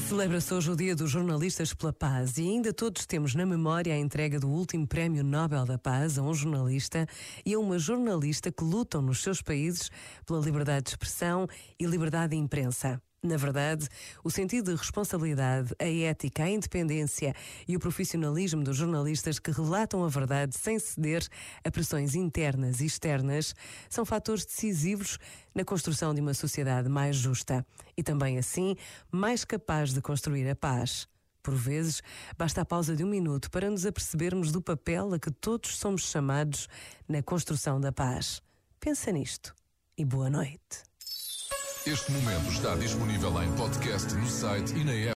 Celebra-se hoje o Dia dos Jornalistas pela Paz e ainda todos temos na memória a entrega do último Prémio Nobel da Paz a um jornalista e a uma jornalista que lutam nos seus países pela liberdade de expressão e liberdade de imprensa. Na verdade, o sentido de responsabilidade, a ética, a independência e o profissionalismo dos jornalistas que relatam a verdade sem ceder a pressões internas e externas são fatores decisivos na construção de uma sociedade mais justa e também, assim, mais capaz de construir a paz. Por vezes, basta a pausa de um minuto para nos apercebermos do papel a que todos somos chamados na construção da paz. Pensa nisto e boa noite. Este momento está disponível em podcast no site e na app.